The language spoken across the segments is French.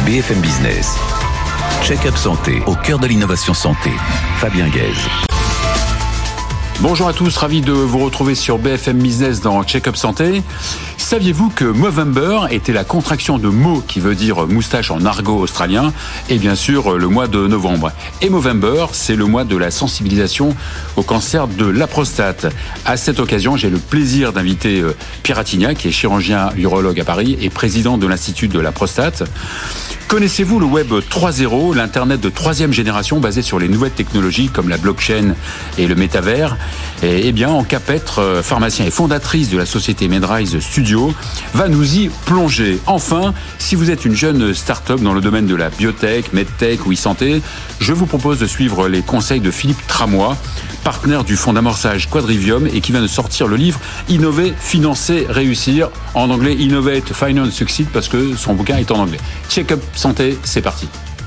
BFM Business. Check-up santé, au cœur de l'innovation santé. Fabien Guèze. Bonjour à tous, ravi de vous retrouver sur BFM Business dans Check-up Santé. Saviez-vous que Movember était la contraction de Mo, qui veut dire moustache en argot australien, et bien sûr le mois de novembre. Et Movember, c'est le mois de la sensibilisation au cancer de la prostate. À cette occasion, j'ai le plaisir d'inviter Pierre Attignac, qui est chirurgien urologue à Paris et président de l'Institut de la prostate. Connaissez-vous le Web 3.0, l'Internet de troisième génération basé sur les nouvelles technologies comme la blockchain et le métavers? Eh bien, Ancapêtre, pharmacien et fondatrice de la société Medrise Studio, va nous y plonger. Enfin, si vous êtes une jeune start-up dans le domaine de la biotech, medtech ou e-santé, je vous propose de suivre les conseils de Philippe Tramois, partenaire du fonds d'amorçage Quadrivium et qui vient de sortir le livre Innover, financer, réussir. En anglais, Innovate, Finance, Succeed, parce que son bouquin est en anglais. Check-up santé, c'est parti.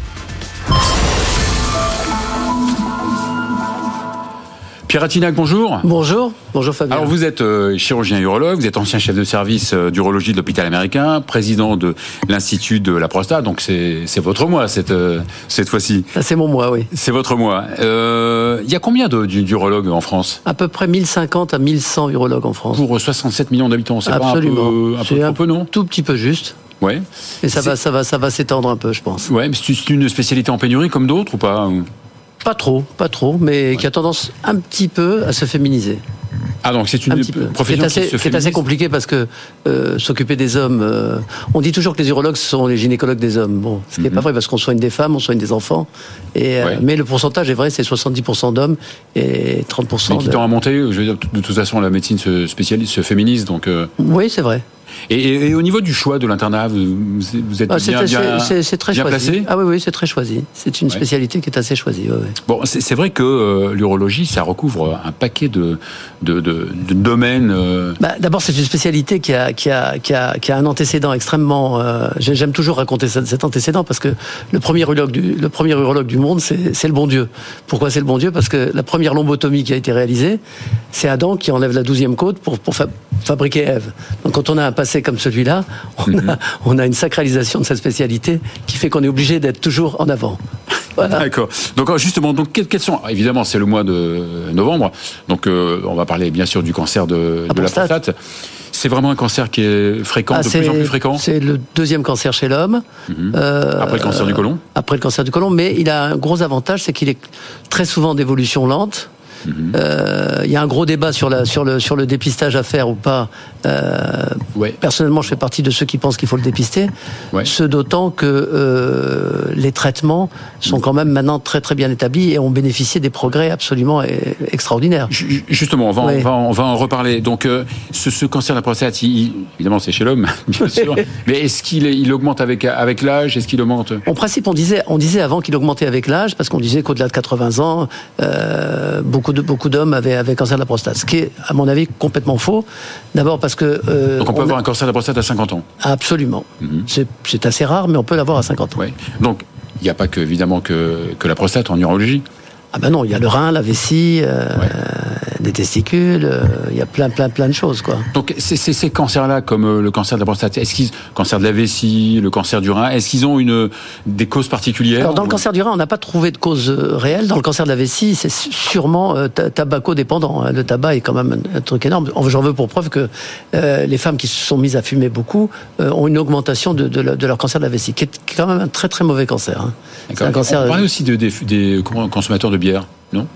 Pierre Attignac, bonjour. Bonjour Fabien. Alors vous êtes chirurgien urologue, vous êtes ancien chef de service d'urologie de l'hôpital américain, président de l'Institut de la prostate, donc c'est votre mois cette fois-ci. C'est mon mois, oui. C'est votre mois. Il y a combien d'urologues en France? À peu près 1050 à 1100 urologues en France. Pour 67 millions d'habitants, c'est absolument. Pas un peu non? Tout petit peu juste. Ouais. Et ça va s'étendre un peu, je pense. Ouais, mais c'est une spécialité en pénurie comme d'autres ou pas? Pas trop, mais ouais, qui a tendance un petit peu à se féminiser. Ah, donc c'est une profession qui se féminise. C'est assez compliqué parce que s'occuper des hommes... on dit toujours que les urologues sont les gynécologues des hommes. Bon, ce qui n'est pas vrai parce qu'on soigne des femmes, on soigne des enfants. Mais le pourcentage est vrai, c'est 70% d'hommes et 30% mais qui tend à monter. Je veux dire, de toute façon, la médecine se féminise. Donc, oui, c'est vrai. Et au niveau du choix de l'internat, vous êtes c'est très bien choisi. placé? Ah oui, c'est très choisi. C'est une spécialité qui est assez choisie. Ouais. Bon, c'est vrai que l'urologie, ça recouvre un paquet de domaines. D'abord, c'est une spécialité qui a un antécédent extrêmement... j'aime toujours raconter cet antécédent parce que le premier urologue du monde, c'est le bon Dieu. Pourquoi c'est le bon Dieu? Parce que la première lombotomie qui a été réalisée, c'est Adam qui enlève la 12e côte pour fabriquer Ève. Donc quand on a un passé comme celui-là, on a une sacralisation de cette spécialité qui fait qu'on est obligé d'être toujours en avant. Voilà. D'accord. Donc justement, quelles sont... Évidemment, c'est le mois de novembre, donc on va parler bien sûr du cancer de la prostate. C'est vraiment un cancer qui est fréquent, de plus en plus fréquent? C'est le deuxième cancer chez l'homme. Après le cancer du côlon? Après le cancer du côlon, mais il a un gros avantage, c'est qu'il est très souvent d'évolution lente. Il y a un gros débat sur le dépistage à faire ou pas. Personnellement, je fais partie de ceux qui pensent qu'il faut le dépister. Ce d'autant que les traitements sont quand même maintenant très très bien établis et ont bénéficié des progrès absolument extraordinaires. Justement, on va en reparler. Donc, ce cancer de la prostate, évidemment, c'est chez l'homme, bien sûr. Mais est-ce qu'il augmente avec l'âge? Est-ce qu'il augmente? En principe, on disait avant qu'il augmentait avec l'âge, parce qu'on disait qu'au-delà de 80 ans, beaucoup d'hommes avaient cancer de la prostate. Ce qui est, à mon avis, complètement faux. D'abord parce que... Donc on peut avoir un cancer de la prostate à 50 ans? Absolument. C'est assez rare, mais on peut l'avoir à 50 ans. Donc, il n'y a pas évidemment que la prostate en urologie? Ah ben non, il y a le rein, la vessie, les testicules, il y a plein de choses, quoi. Donc ces cancers-là, comme le cancer de la prostate, cancer de la vessie, le cancer du rein, est-ce qu'ils ont des causes particulières? Alors dans le cancer du rein, on n'a pas trouvé de cause réelle. Dans le cancer de la vessie, c'est sûrement tabacodépendant. Le tabac est quand même un truc énorme. J'en veux pour preuve que les femmes qui se sont mises à fumer beaucoup ont une augmentation de leur cancer de la vessie, qui est quand même un très très mauvais cancer. Hein. C'est un cancer. On parlait aussi des consommateurs de bière, non?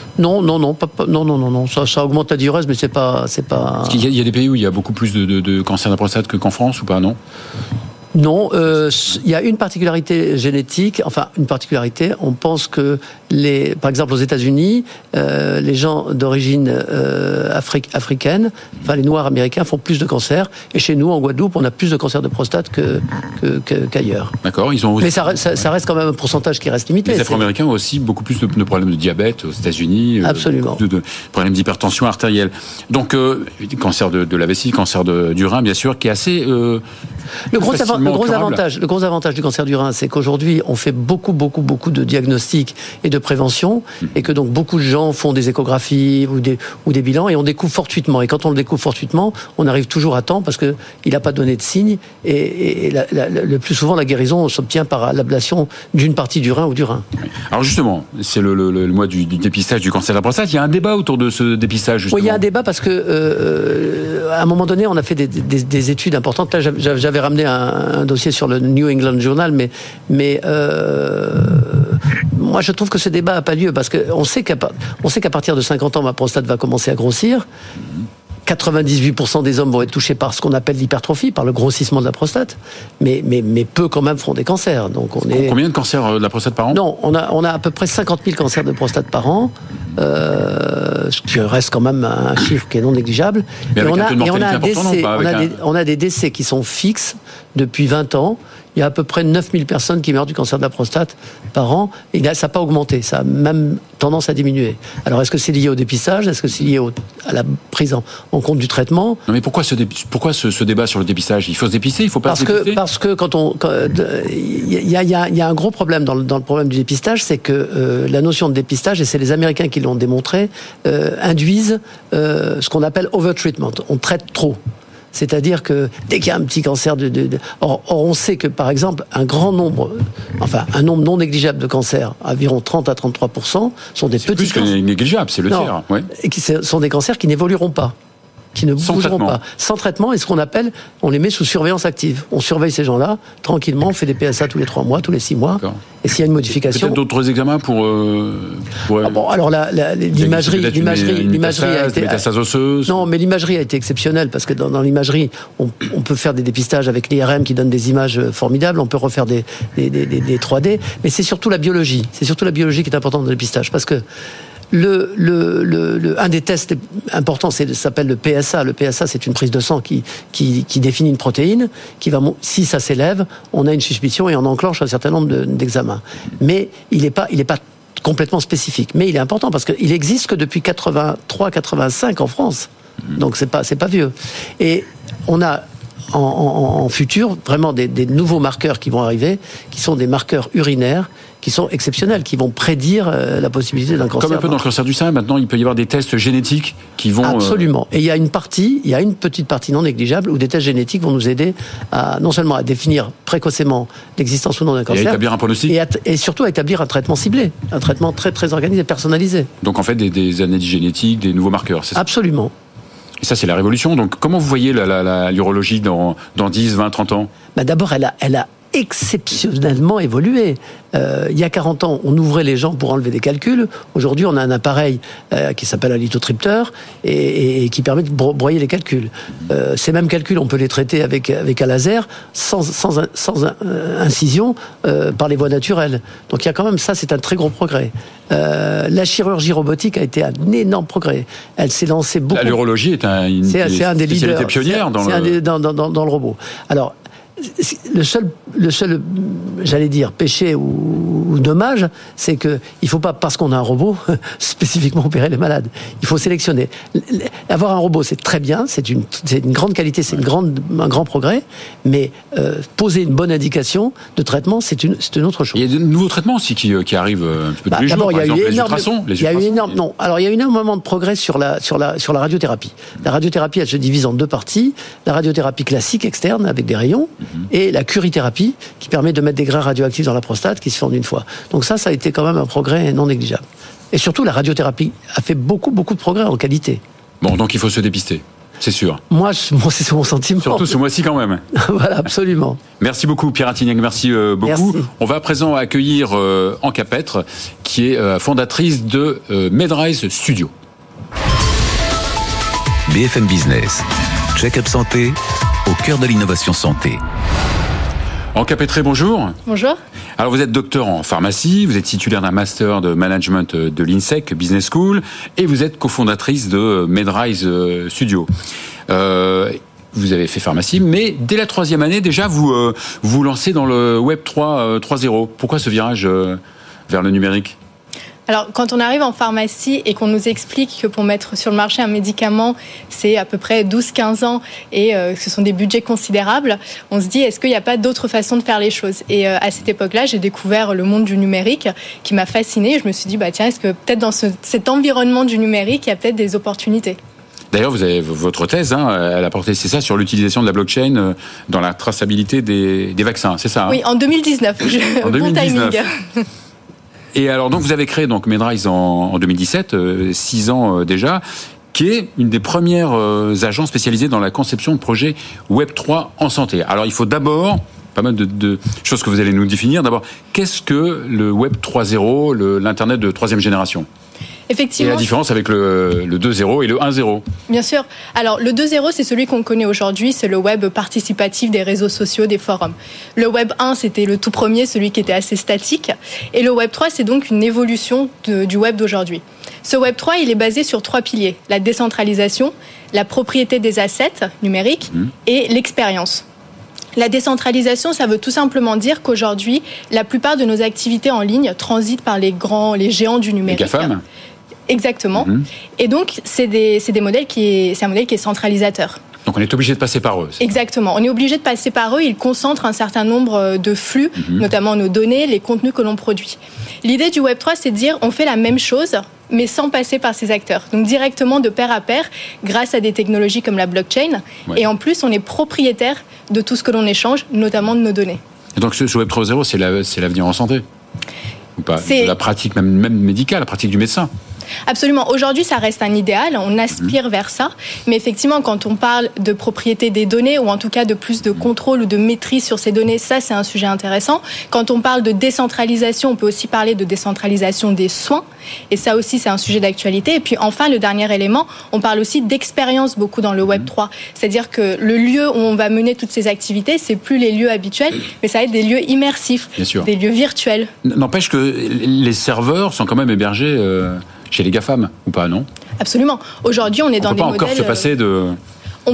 Non. Ça augmente la diurèse, mais c'est pas. Parce qu'il y a des pays où il y a beaucoup plus de cancer de la prostate qu'en France, ou pas, non? Non, il y a une particularité génétique. Enfin, une particularité. On pense que par exemple aux États-Unis, les gens d'origine africaine, enfin les Noirs américains, font plus de cancers. Et chez nous, en Guadeloupe, on a plus de cancers de prostate qu'ailleurs. D'accord. Ils ont aussi... Mais ça reste quand même un pourcentage qui reste limité. Les Afro-Américains ont aussi beaucoup plus de problèmes de diabète aux États-Unis. Absolument. De problèmes d'hypertension artérielle. Donc, cancer de la vessie, cancer du rein, bien sûr, qui est assez Le gros avantage du cancer du rein, c'est qu'aujourd'hui, on fait beaucoup de diagnostics et de prévention, et que donc beaucoup de gens font des échographies ou des bilans, et on découvre fortuitement. Et quand on le découvre fortuitement, on arrive toujours à temps parce qu'il n'a pas donné de signes, et le plus souvent, la guérison s'obtient par l'ablation d'une partie du rein ou du rein. Alors justement, c'est le mois du dépistage du cancer de la prostate. Il y a un débat autour de ce dépistage, justement. Oui, il y a un débat parce que à un moment donné, on a fait des études importantes. Là, j'avais ramené un dossier sur le New England Journal, mais moi, je trouve que ce débat n'a pas lieu parce qu'on sait qu'à partir de 50 ans, ma prostate va commencer à grossir. 98% des hommes vont être touchés par ce qu'on appelle l'hypertrophie, par le grossissement de la prostate, mais peu quand même feront des cancers. Donc Combien de cancers de la prostate par an ? Non, on a à peu près 50 000 cancers de prostate par an, ce qui reste quand même un chiffre qui est non négligeable. Mais on a des décès qui sont fixes depuis 20 ans. Il y a à peu près 9000 personnes qui meurent du cancer de la prostate par an, et ça n'a pas augmenté, ça a même tendance à diminuer. Alors est-ce que c'est lié au dépistage ? Est-ce que c'est lié à la prise en compte du traitement ? Non, mais pourquoi ce débat sur le dépistage ? Il faut se dépister, il faut pas se dépister ? Parce que il y a un gros problème dans le problème du dépistage, c'est que la notion de dépistage, et c'est les Américains qui l'ont démontré, induisent ce qu'on appelle overtreatment. On traite trop. C'est-à-dire que dès qu'il y a un petit cancer Or, on sait que, par exemple, un nombre non négligeable de cancers, environ 30 à 33%, sont des petits cancers. C'est plus que négligeable, c'est le tiers. Ouais. Et qui sont des cancers qui n'évolueront pas, qui ne bougeront pas. Sans traitement, et ce qu'on appelle, on les met sous surveillance active. On surveille ces gens-là, tranquillement, on fait des PSA tous les 3 mois, tous les 6 mois. D'accord. Et s'il y a une modification... Peut-être d'autres examens pour alors l'imagerie a été... métastases osseuses. Non, mais l'imagerie a été exceptionnelle, parce que dans l'imagerie, on peut faire des dépistages avec l'IRM qui donne des images formidables, on peut refaire des 3D, mais c'est surtout la biologie. C'est surtout la biologie qui est importante dans le dépistage, parce que un des tests importants s'appelle le PSA. Le PSA, c'est une prise de sang qui définit une protéine qui va, si ça s'élève, on a une suspicion et on enclenche un certain nombre d'examens. Mais il est pas complètement spécifique. Mais il est important parce qu'il existe que depuis 83-85 en France. Donc c'est pas vieux. Et on a en futur vraiment des nouveaux marqueurs qui vont arriver, qui sont des marqueurs urinaires, qui sont exceptionnels, qui vont prédire la possibilité d'un cancer. Comme un peu dans le cancer du sein, maintenant il peut y avoir des tests génétiques qui vont... Absolument. Et il y a une petite partie non négligeable où des tests génétiques vont nous aider non seulement à définir précocement l'existence ou non d'un cancer, et à établir un pronostic, et surtout à établir un traitement ciblé, un traitement très très organisé, personnalisé. Donc en fait des analyses génétiques, des nouveaux marqueurs, c'est ça ? Absolument. Et ça, c'est la révolution. Donc, comment vous voyez l'urologie dans 10, 20, 30 ans ? D'abord, elle a exceptionnellement évolué. Il y a 40 ans, on ouvrait les gens pour enlever des calculs. Aujourd'hui, on a un appareil qui s'appelle un lithotripteur et qui permet de broyer les calculs. Ces mêmes calculs, on peut les traiter avec un laser sans incision par les voies naturelles. Donc il y a quand même ça, c'est un très gros progrès. La chirurgie robotique a été un énorme progrès. Elle s'est lancée beaucoup. L'urologie est c'est un des leaders pionnière dans le robot. Alors, le seul, j'allais dire, péché ou dommage, c'est que il faut pas, parce qu'on a un robot, spécifiquement opérer les malades. Il faut sélectionner. Avoir un robot, c'est très bien, c'est une grande qualité, c'est un grand progrès, mais poser une bonne indication de traitement, c'est une autre chose. Il y a de nouveaux traitements aussi qui arrivent un petit peu tous les jours. Par exemple, les ultrasons. Il y a eu énormément de progrès sur la radiothérapie. La radiothérapie, elle se divise en deux parties. La radiothérapie classique externe avec des rayons, et la curithérapie qui permet de mettre des grains radioactifs dans la prostate qui se font d'une fois. Donc ça a été quand même un progrès non négligeable. Et surtout, la radiothérapie a fait beaucoup de progrès en qualité. Bon, donc il faut se dépister, c'est sûr. Moi c'est mon sentiment. Surtout ce mois-ci quand même. Voilà, absolument. Merci beaucoup Pierre Attignac, merci beaucoup. Merci. On va à présent accueillir Anne Capêtre, qui est fondatrice de Medrise Studio. BFM Business, Check-up Santé, au cœur de l'innovation santé. Anne Capêtre, bonjour. Bonjour. Alors vous êtes docteur en pharmacie, vous êtes titulaire d'un master de management de l'INSEC Business School et vous êtes cofondatrice de Medrise Studio. Vous avez fait pharmacie, mais dès la 3e année déjà vous lancez dans le Web 3.0. Pourquoi ce virage vers le numérique ? Alors, quand on arrive en pharmacie et qu'on nous explique que pour mettre sur le marché un médicament, c'est à peu près 12-15 ans et que ce sont des budgets considérables, on se dit, est-ce qu'il n'y a pas d'autre façon de faire les choses ? Et à cette époque-là, j'ai découvert le monde du numérique qui m'a fascinée. Je me suis dit, tiens, est-ce que peut-être dans cet environnement du numérique, il y a peut-être des opportunités ? D'ailleurs, vous avez votre thèse, elle a porté, c'est ça, sur l'utilisation de la blockchain dans la traçabilité des vaccins, c'est ça ? Oui, en 2019. En 2019. Bon timing. Et alors, donc, vous avez créé donc Medrise en 2017, 6 ans déjà, qui est une des premières agences spécialisées dans la conception de projets Web3 en santé. Alors, il faut d'abord, pas mal de choses que vous allez nous définir. D'abord, qu'est-ce que le Web 3.0, l'Internet de troisième génération ? Effectivement. Et la différence avec le 2.0 et le 1.0. Bien sûr. Alors, le 2.0, c'est celui qu'on connaît aujourd'hui, c'est le web participatif des réseaux sociaux, des forums. Le web 1, c'était le tout premier, celui qui était assez statique. Et le web 3, c'est donc une évolution du web d'aujourd'hui. Ce web 3, il est basé sur 3 piliers. La décentralisation, la propriété des assets numériques et l'expérience. La décentralisation, ça veut tout simplement dire qu'aujourd'hui, la plupart de nos activités en ligne transitent par les géants du numérique. Les GAFAM. Exactement. Et donc, c'est un modèle qui est centralisateur. Donc on est obligé de passer par eux. Exactement. On est obligé de passer par eux. Ils concentrent un certain nombre de flux, notamment nos données, les contenus que l'on produit. L'idée du Web3, c'est de dire on fait la même chose, mais sans passer par ces acteurs. Donc directement de pair à pair, grâce à des technologies comme la blockchain. Ouais. Et en plus, on est propriétaire de tout ce que l'on échange, notamment de nos données. Et donc ce Web 3.0, c'est l'avenir en santé ? Ou pas ? De la pratique même médicale, la pratique du médecin ? Absolument. Aujourd'hui, ça reste un idéal. On aspire vers ça. Mais effectivement, quand on parle de propriété des données, ou en tout cas de plus de contrôle ou de maîtrise sur ces données, ça, c'est un sujet intéressant. Quand on parle de décentralisation, on peut aussi parler de décentralisation des soins. Et ça aussi, c'est un sujet d'actualité. Et puis enfin, le dernier élément, on parle aussi d'expérience beaucoup dans le Web 3. C'est-à-dire que le lieu où on va mener toutes ces activités, c'est plus les lieux habituels, mais ça va être des lieux immersifs, des lieux virtuels. N'empêche que les serveurs sont quand même hébergés chez les GAFAM, ou pas, non ? Absolument. Aujourd'hui, on est dans des modèles... On ne peut pas encore se passer de... On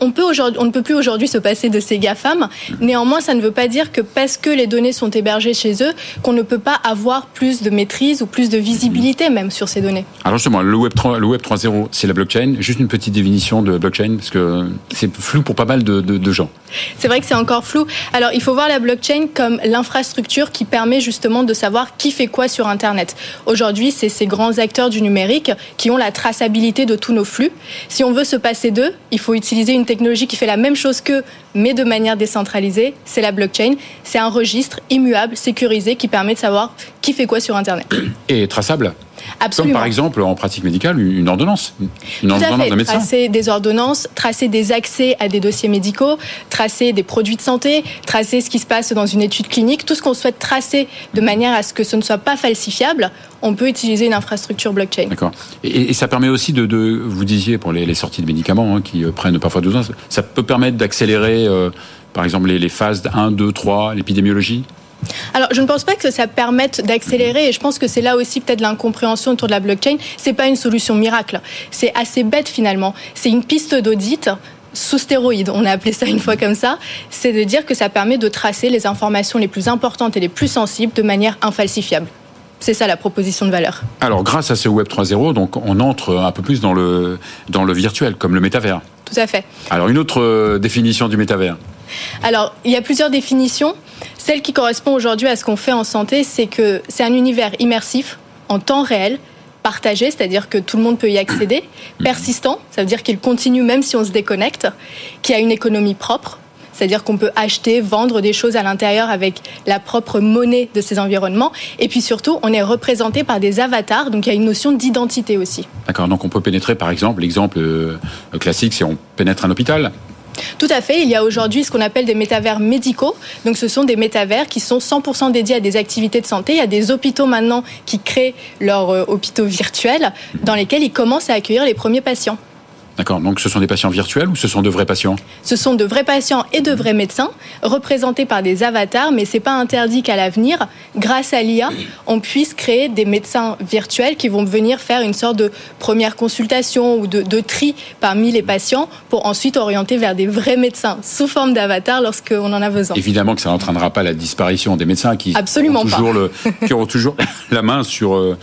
ne peut plus aujourd'hui se passer de ces GAFAM. Néanmoins, ça ne veut pas dire que parce que les données sont hébergées chez eux, qu'on ne peut pas avoir plus de maîtrise ou plus de visibilité même sur ces données. Alors justement, le Web 3.0, c'est la blockchain. Juste une petite définition de blockchain, parce que c'est flou pour pas mal de gens. C'est vrai que c'est encore flou. Alors, il faut voir la blockchain comme l'infrastructure qui permet justement de savoir qui fait quoi sur Internet. Aujourd'hui, c'est ces grands acteurs du numérique qui ont la traçabilité de tous nos flux. Si on veut se passer d'eux, il faut utiliser une technologie qui fait la même chose qu'eux, mais de manière décentralisée. C'est la blockchain. C'est un registre immuable, sécurisé, qui permet de savoir qui fait quoi sur Internet. Et traçable ? Absolument. Comme par exemple, en pratique médicale, une ordonnance. Une ordonnance d'un médecin. Tracer des ordonnances, tracer des accès à des dossiers médicaux, tracer des produits de santé, tracer ce qui se passe dans une étude clinique. Tout ce qu'on souhaite tracer de manière à ce que ce ne soit pas falsifiable, on peut utiliser une infrastructure blockchain. D'accord. Et ça permet aussi vous disiez, pour les sorties de médicaments qui prennent parfois 12 ans, ça peut permettre d'accélérer, par exemple, les phases 1, 2, 3, l'épidémiologie ? Alors, je ne pense pas que ça permette d'accélérer, et je pense que c'est là aussi peut-être l'incompréhension autour de la blockchain. C'est pas une solution miracle. C'est assez bête finalement. C'est une piste d'audit sous stéroïdes, on a appelé ça une fois comme ça. C'est de dire que ça permet de tracer les informations les plus importantes et les plus sensibles de manière infalsifiable. C'est ça la proposition de valeur. Alors, grâce à ce Web 3.0, donc on entre un peu plus dans le virtuel, comme le métavers. Tout à fait. Alors, une autre définition du métavers. Alors, il y a plusieurs définitions. Celle qui correspond aujourd'hui à ce qu'on fait en santé, c'est que c'est un univers immersif, en temps réel, partagé, c'est-à-dire que tout le monde peut y accéder, persistant, ça veut dire qu'il continue même si on se déconnecte, qui a une économie propre, c'est-à-dire qu'on peut acheter, vendre des choses à l'intérieur avec la propre monnaie de ces environnements, et puis surtout, on est représenté par des avatars, donc il y a une notion d'identité aussi. D'accord, donc on peut pénétrer, par exemple, l'exemple classique, c'est on pénètre un hôpital. Tout à fait. Il y a aujourd'hui ce qu'on appelle des métavers médicaux. Donc, ce sont des métavers qui sont 100% dédiés à des activités de santé. Il y a des hôpitaux maintenant qui créent leurs hôpitaux virtuels dans lesquels ils commencent à accueillir les premiers patients. D'accord, donc ce sont des patients virtuels ou ce sont de vrais patients ? Ce sont de vrais patients et de vrais médecins, représentés par des avatars, mais ce n'est pas interdit qu'à l'avenir, grâce à l'IA, on puisse créer des médecins virtuels qui vont venir faire une sorte de première consultation ou de tri parmi les patients pour ensuite orienter vers des vrais médecins sous forme d'avatar lorsqu'on en a besoin. Évidemment que ça n'entraînera pas la disparition des médecins qui Absolument auront toujours la main sur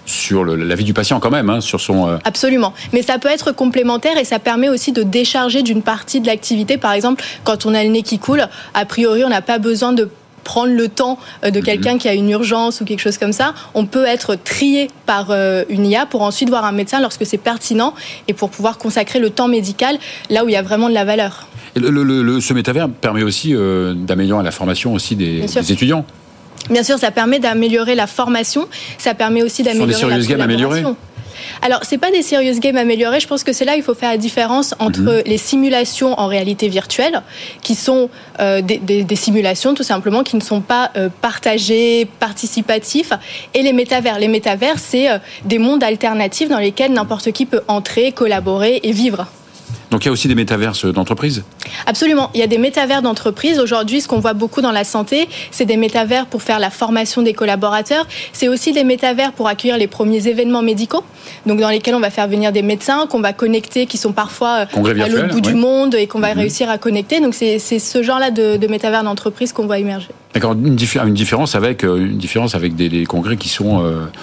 sur la vie du patient quand même, sur son... Absolument. Mais ça peut être complémentaire et ça permet aussi de décharger d'une partie de l'activité. Par exemple, quand on a le nez qui coule, a priori, on n'a pas besoin de prendre le temps de quelqu'un qui a une urgence ou quelque chose comme ça. On peut être trié par une IA pour ensuite voir un médecin lorsque c'est pertinent et pour pouvoir consacrer le temps médical là où il y a vraiment de la valeur. Et ce métavers permet aussi d'améliorer la formation aussi des étudiants. Bien sûr, ça permet d'améliorer la formation, ça permet aussi d'améliorer la collaboration. Ce sont des serious games améliorés ? Alors, c'est pas des serious games améliorés. Je pense que c'est là qu'il faut faire la différence entre les simulations en réalité virtuelle, qui sont des simulations tout simplement qui ne sont pas partagées, participatifs, et les métavers. Les métavers, c'est des mondes alternatifs dans lesquels n'importe qui peut entrer, collaborer et vivre. Donc il y a aussi des métaverses d'entreprise ? Absolument, il y a des métavers d'entreprise. Aujourd'hui, ce qu'on voit beaucoup dans la santé, c'est des métavers pour faire la formation des collaborateurs. C'est aussi des métavers pour accueillir les premiers événements médicaux, donc dans lesquels on va faire venir des médecins qu'on va connecter, qui sont parfois à l'autre bout du monde et qu'on va réussir à connecter. Donc c'est ce genre-là de métavers d'entreprise qu'on voit émerger. D'accord, une différence avec des congrès qui sont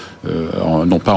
non pas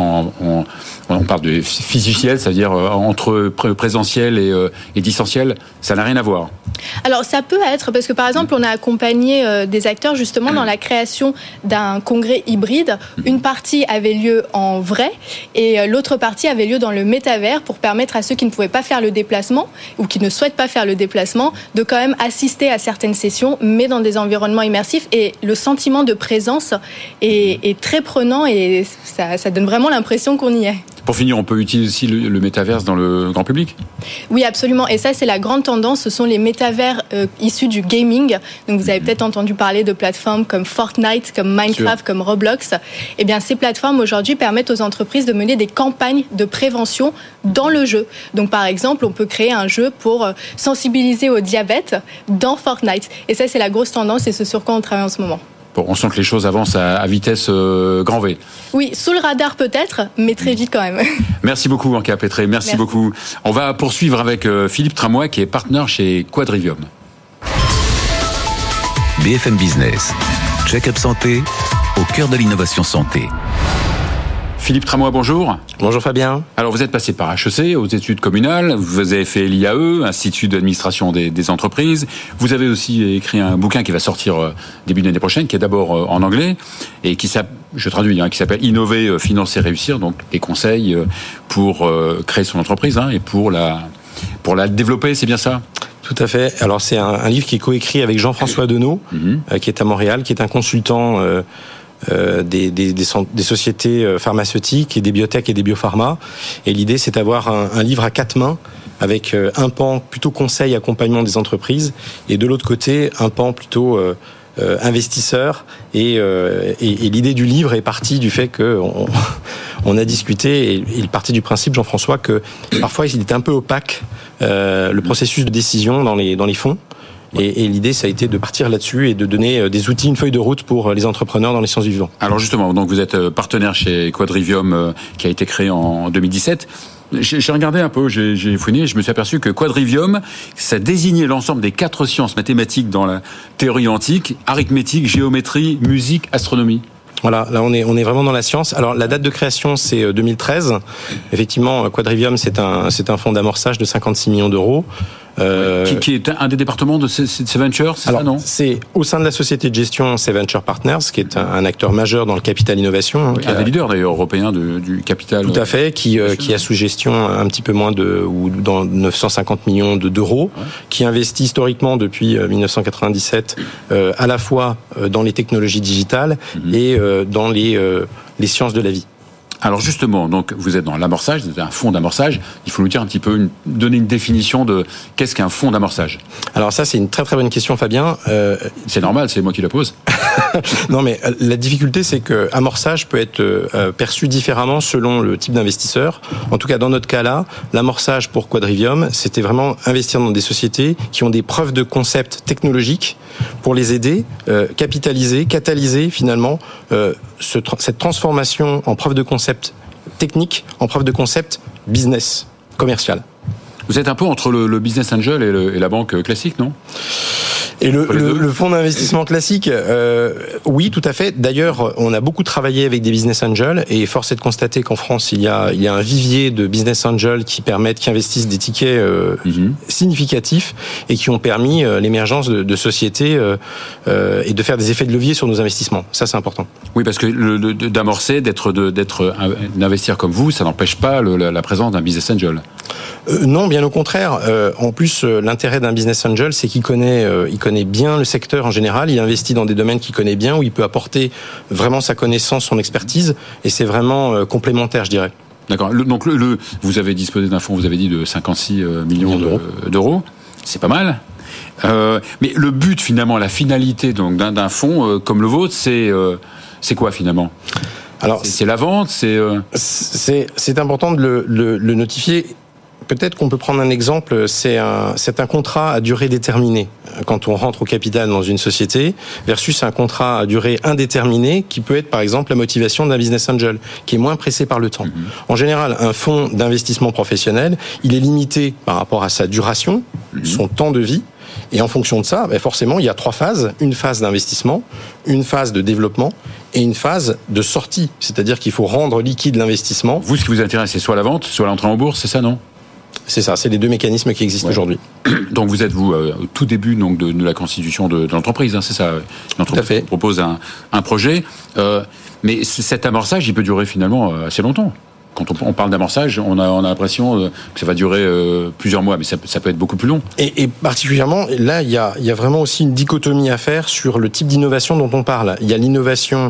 on parle de physiciel, c'est-à-dire entre présentiel et distanciel, ça n'a rien à voir. Alors ça peut être, parce que par exemple on a accompagné des acteurs justement dans la création d'un congrès hybride. Une partie avait lieu en vrai et l'autre partie avait lieu dans le métavers pour permettre à ceux qui ne pouvaient pas faire le déplacement ou qui ne souhaitent pas faire le déplacement de quand même assister à certaines sessions, mais dans des environnements immersifs, et le sentiment de présence est très prenant et ça donne vraiment l'impression qu'on y est. Pour finir, on peut utiliser aussi le métaverse dans le grand public ? Oui, absolument. Et ça, c'est la grande tendance. Ce sont les métavers issus du gaming. Donc, vous avez peut-être entendu parler de plateformes comme Fortnite, comme Minecraft, comme Roblox. Eh bien, ces plateformes, aujourd'hui, permettent aux entreprises de mener des campagnes de prévention dans le jeu. Donc, par exemple, on peut créer un jeu pour sensibiliser au diabète dans Fortnite. Et ça, c'est la grosse tendance et ce sur quoi on travaille en ce moment. Bon, on sent que les choses avancent à vitesse grand V. Oui, sous le radar peut-être, mais très vite quand même. Merci beaucoup, Anka Pétré. Merci beaucoup. On va poursuivre avec Philippe Tramois, qui est partenaire chez Quadrivium. BFM Business. Check-up santé, au cœur de l'innovation santé. Philippe Tramois, bonjour. Bonjour Fabien. Alors vous êtes passé par HEC, aux études communales, vous avez fait l'IAE, Institut d'administration des entreprises. Vous avez aussi écrit un bouquin qui va sortir début de l'année prochaine, qui est d'abord en anglais, et qui s'appelle Innover, financer, réussir, donc des conseils pour créer son entreprise et pour la développer, c'est bien ça ? Tout à fait. Alors c'est un livre qui est coécrit avec Jean-François Deneau, qui est à Montréal, qui est un consultant des sociétés pharmaceutiques et des biotech et des biopharma. Et l'idée, c'est d'avoir un livre à 4 mains avec un pan plutôt conseil, accompagnement des entreprises, et de l'autre côté, un pan plutôt investisseur. Et l'idée du livre est partie du fait qu'on a discuté, et il partait du principe, Jean-François, que parfois il était un peu opaque le processus de décision dans les fonds. Et l'idée, ça a été de partir là-dessus et de donner des outils, une feuille de route pour les entrepreneurs dans les sciences du vivant. Alors justement, donc vous êtes partenaire chez Quadrivium, qui a été créé en 2017. J'ai regardé un peu, j'ai fouiné, je me suis aperçu que Quadrivium, ça désignait l'ensemble des 4 sciences mathématiques dans la théorie antique: arithmétique, géométrie, musique, astronomie. Voilà, là on est vraiment dans la science. Alors la date de création, c'est 2013. Effectivement, Quadrivium, c'est un fonds d'amorçage de 56 millions d'euros. Qui est un des départements de ces ventures, c'est alors, ça, non ? C'est au sein de la société de gestion C'est Venture Partners, qui est un acteur majeur dans le capital innovation. Oui, un des leaders d'ailleurs européens du capital. Tout à fait, qui a sous gestion un petit peu moins ou dans 950 millions d'euros, qui investit historiquement depuis 1997 à la fois dans les technologies digitales et dans les sciences de la vie. Alors justement, donc vous êtes dans l'amorçage, vous êtes un fonds d'amorçage. Il faut nous dire un petit peu, donner une définition de qu'est-ce qu'un fonds d'amorçage. Alors ça, c'est une très très bonne question, Fabien. C'est normal, c'est moi qui la pose. Non, mais la difficulté, c'est que amorçage peut être perçu différemment selon le type d'investisseur. En tout cas, dans notre cas-là, l'amorçage pour Quadrivium, c'était vraiment investir dans des sociétés qui ont des preuves de concept technologiques pour les aider, capitaliser, catalyser finalement cette transformation en preuve de concept technique, en preuve de concept business, commercial. Vous êtes un peu entre le business angel et la banque classique, non ? Et le fonds d'investissement classique, oui, tout à fait. D'ailleurs, on a beaucoup travaillé avec des business angels et force est de constater qu'en France, il y a un vivier de business angels qui investissent des tickets significatifs et qui ont permis l'émergence de sociétés et de faire des effets de levier sur nos investissements. Ça, c'est important. Oui, parce que d'amorcer, d'investir comme vous, ça n'empêche pas la présence d'un business angel. Non, bien au contraire. En plus, l'intérêt d'un business angel, c'est qu'il connaît bien le secteur en général. Il investit dans des domaines qu'il connaît bien, où il peut apporter vraiment sa connaissance, son expertise, et c'est vraiment complémentaire, je dirais. D'accord. Donc vous avez disposé d'un fonds, vous avez dit, de 56 millions d'euros. C'est pas mal. Mais le but, finalement, la finalité donc d'un fonds comme le vôtre, c'est quoi finalement ? Alors, c'est la vente, c'est important de le notifier. Peut-être qu'on peut prendre un exemple, c'est un contrat à durée déterminée quand on rentre au capital dans une société versus un contrat à durée indéterminée qui peut être par exemple la motivation d'un business angel qui est moins pressé par le temps. En général, un fonds d'investissement professionnel, il est limité par rapport à sa duration, son temps de vie. Et en fonction de ça, forcément, il y a 3 phases. Une phase d'investissement, une phase de développement et une phase de sortie. C'est-à-dire qu'il faut rendre liquide l'investissement. Vous, ce qui vous intéresse, c'est soit la vente, soit l'entrée en bourse, c'est ça, non ? C'est ça, c'est les 2 mécanismes qui existent aujourd'hui. Donc vous êtes, au tout début donc, de la constitution de l'entreprise, hein, c'est ça ? L'entreprise propose un projet, mais cet amorçage, il peut durer finalement assez longtemps. Quand on parle d'amorçage, on a l'impression que ça va durer plusieurs mois, mais ça peut être beaucoup plus long. Et particulièrement, là, il y a vraiment aussi une dichotomie à faire sur le type d'innovation dont on parle. Il y a l'innovation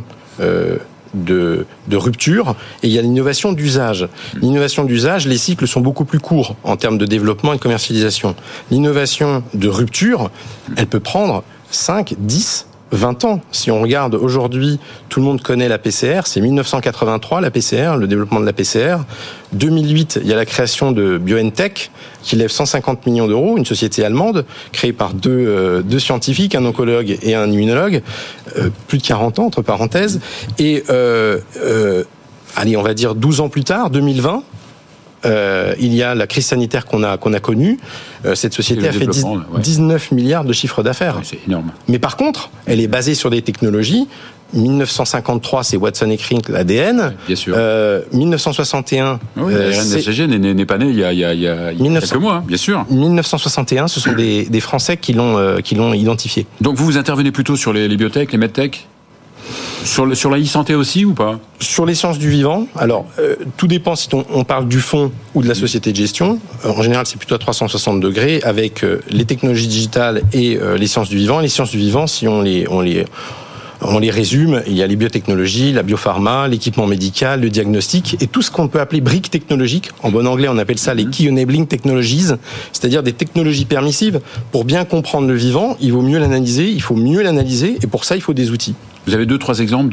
de rupture et il y a l'innovation d'usage. L'innovation d'usage, les cycles sont beaucoup plus courts en termes de développement et de commercialisation. L'innovation de rupture, elle peut prendre 5, 10, 20 ans. Si on regarde aujourd'hui, tout le monde connaît la PCR, c'est 1983 la PCR, le développement de la PCR. 2008, il y a la création de BioNTech qui lève 150 millions d'euros, une société allemande créée par deux scientifiques, un oncologue et un immunologue, plus de 40 ans entre parenthèses. Et allez, on va dire 12 ans plus tard, 2020, il y a la crise sanitaire qu'on a connue. Cette société a fait 19 milliards de chiffre d'affaires. Ouais, c'est énorme. Mais par contre, elle est basée sur des technologies. 1953, c'est Watson et Crick, l'ADN. Bien sûr. 1961... Oui, l'ARN messager n'est pas né il y a quelques mois, bien sûr. 1961, ce sont des Français qui l'ont identifié. Donc vous intervenez plutôt sur les biotech, les medtech ? Sur la e-santé aussi ou pas ? Sur les sciences du vivant, alors tout dépend si on parle du fonds ou de la société de gestion. En général, c'est plutôt à 360 degrés avec les technologies digitales et les sciences du vivant. Les sciences du vivant, si on les résume, il y a les biotechnologies, la biopharma, l'équipement médical, le diagnostic et tout ce qu'on peut appeler briques technologiques. En bon anglais, on appelle ça les Key Enabling Technologies, c'est-à-dire des technologies permissives. Pour bien comprendre le vivant, il vaut mieux l'analyser, et pour ça, il faut des outils. Vous avez 2-3 exemples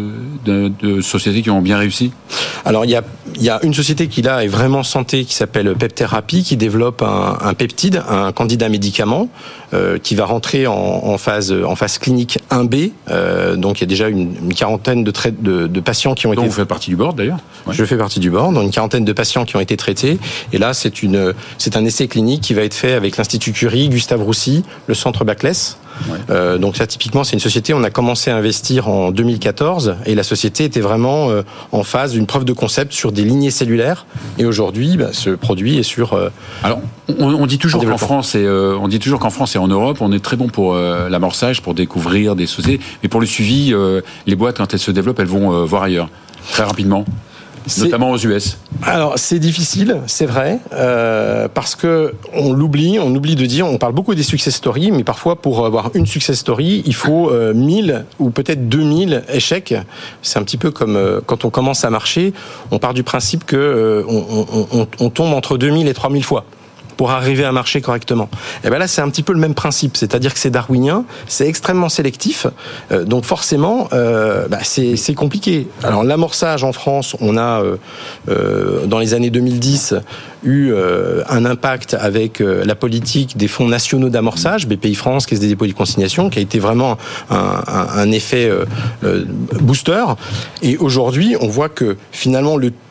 de sociétés qui ont bien réussi ? Alors, il y a une société qui, là, est vraiment santé, qui s'appelle PepTherapy, qui développe un peptide, un candidat médicament, qui va rentrer en phase clinique 1B. Donc, il y a déjà une quarantaine de patients qui ont été... Donc, vous faites partie du board, d'ailleurs ? Ouais. Je fais partie du board. Donc, une quarantaine de patients qui ont été traités. Et là, c'est un essai clinique qui va être fait avec l'Institut Curie, Gustave Roussy, le Centre Baclès. Ouais. Donc ça, typiquement, c'est une société, on a commencé à investir en 2014 et la société était vraiment en phase d'une preuve de concept sur des lignées cellulaires et aujourd'hui, ce produit est sur... Alors, on dit toujours qu'en France et en Europe, on est très bon pour l'amorçage, pour découvrir des sociétés, mais pour le suivi, les boîtes, quand elles se développent, elles vont voir ailleurs, très rapidement. Notamment aux US. Alors c'est difficile, c'est vrai, parce que on l'oublie de dire, on parle beaucoup des success stories, mais parfois pour avoir une success story, il faut 1000 ou peut-être 2000 échecs. C'est un petit peu comme quand on commence à marcher, on part du principe que on tombe entre 2000 et 3000 fois pour arriver à marcher correctement. Et ben là, c'est un petit peu le même principe, c'est-à-dire que c'est darwinien, c'est extrêmement sélectif, donc forcément, c'est compliqué. Alors l'amorçage en France, on a dans les années 2010 eu un impact avec la politique des fonds nationaux d'amorçage, BPI France, Caisse des dépôts et de consignation, qui a été vraiment un effet booster. Et aujourd'hui, on voit que finalement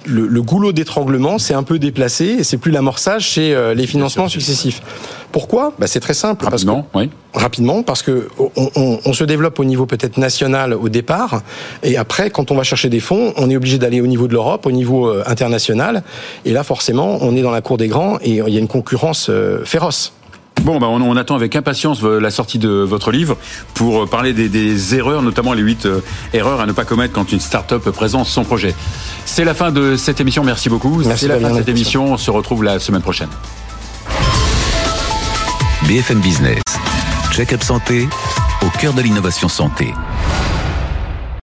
le goulot d'étranglement s'est un peu déplacé et c'est plus l'amorçage, c'est les financements successifs. Pourquoi ? C'est très simple. Rapidement, parce que on se développe au niveau peut-être national au départ, et après, quand on va chercher des fonds, on est obligé d'aller au niveau de l'Europe, au niveau international, et là, forcément, on est dans la cour des grands et il y a une concurrence féroce. Bon, on attend avec impatience la sortie de votre livre pour parler des erreurs, notamment les 8 erreurs à ne pas commettre quand une start-up présente son projet. C'est la fin de cette émission. Merci beaucoup. C'est la fin de cette émission. On se retrouve la semaine prochaine. BFM Business, Check-up Santé, au cœur de l'innovation santé.